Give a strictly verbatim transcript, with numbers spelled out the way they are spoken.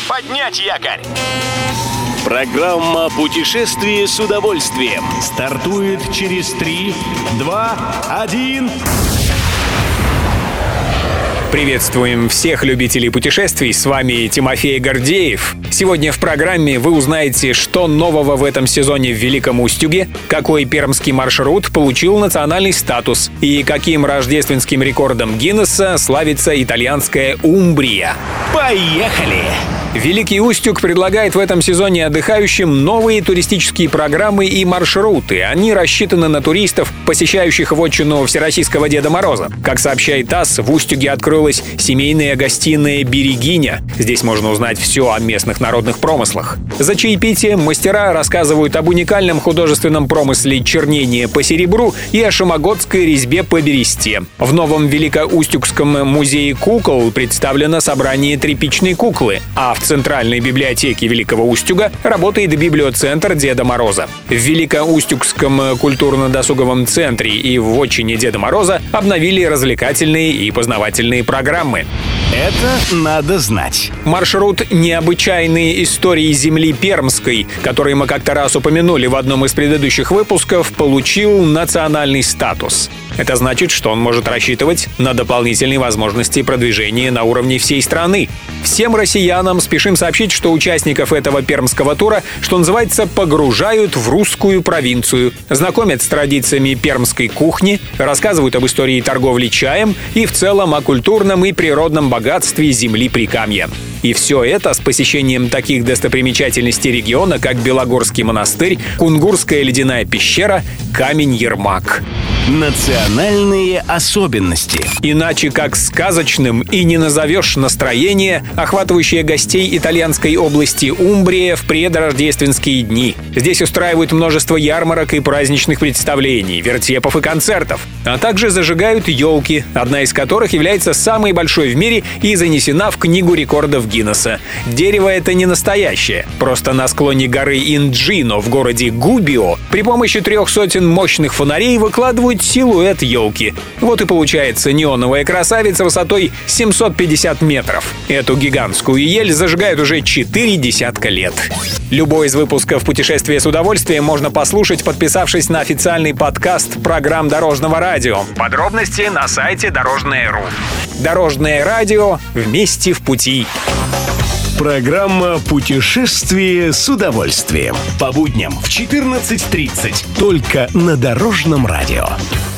Поднять якорь! Программа «Путешествие с удовольствием» стартует через три, два, один. Приветствуем всех любителей путешествий, с вами Тимофей Гордеев. Сегодня в программе вы узнаете, что нового в этом сезоне в Великом Устюге, какой пермский маршрут получил национальный статус и каким рождественским рекордом Гиннесса славится итальянская Умбрия. Поехали! Великий Устюг предлагает в этом сезоне отдыхающим новые туристические программы и маршруты. Они рассчитаны на туристов, посещающих вотчину Всероссийского Деда Мороза. Как сообщает ТАСС, в Устюге открылась семейная гостиная «Берегиня». Здесь можно узнать все о местных народных промыслах. За чаепитием мастера рассказывают об уникальном художественном промысле чернения по серебру и о шамогодской резьбе по бересте. В новом Великоустюгском музее кукол представлено собрание тряпичной куклы, а в Центральной библиотеке Великого Устюга работает библиоцентр Деда Мороза. В Великоустюгском культурно-досуговом центре и в вотчине Деда Мороза обновили развлекательные и познавательные программы. Это надо знать. Маршрут «Необычайные истории земли Пермской», который мы как-то раз упомянули в одном из предыдущих выпусков, получил национальный статус. Это значит, что он может рассчитывать на дополнительные возможности продвижения на уровне всей страны. Всем россиянам спешим сообщить, что участников этого пермского тура, что называется, погружают в русскую провинцию, знакомят с традициями пермской кухни, рассказывают об истории торговли чаем и в целом о культурном и природном богатстве земли Прикамья. И все это с посещением таких достопримечательностей региона, как Белогорский монастырь, Кунгурская ледяная пещера, камень Ермак. Национальные особенности. Иначе как сказочным и не назовешь настроение, охватывающее гостей итальянской области Умбрия в предрождественские дни. Здесь устраивают множество ярмарок и праздничных представлений, вертепов и концертов. А также зажигают елки, одна из которых является самой большой в мире и занесена в Книгу рекордов Гиннесса. Дерево это не настоящее. Просто на склоне горы Инджино в городе Губио при помощи трех сотен мощных фонарей выкладывают силуэт елки. Вот и получается неоновая красавица высотой семьсот пятьдесят метров. Эту гигантскую ель зажигают уже четыре десятка лет. Любой из выпусков «Путешествие с удовольствием» можно послушать, подписавшись на официальный подкаст программ Дорожного радио. Подробности на сайте Дорожное точка ру. Дорожное радио. Вместе в пути. Программа «Путешествие с удовольствием». По будням в четырнадцать тридцать. Только на Дорожном радио.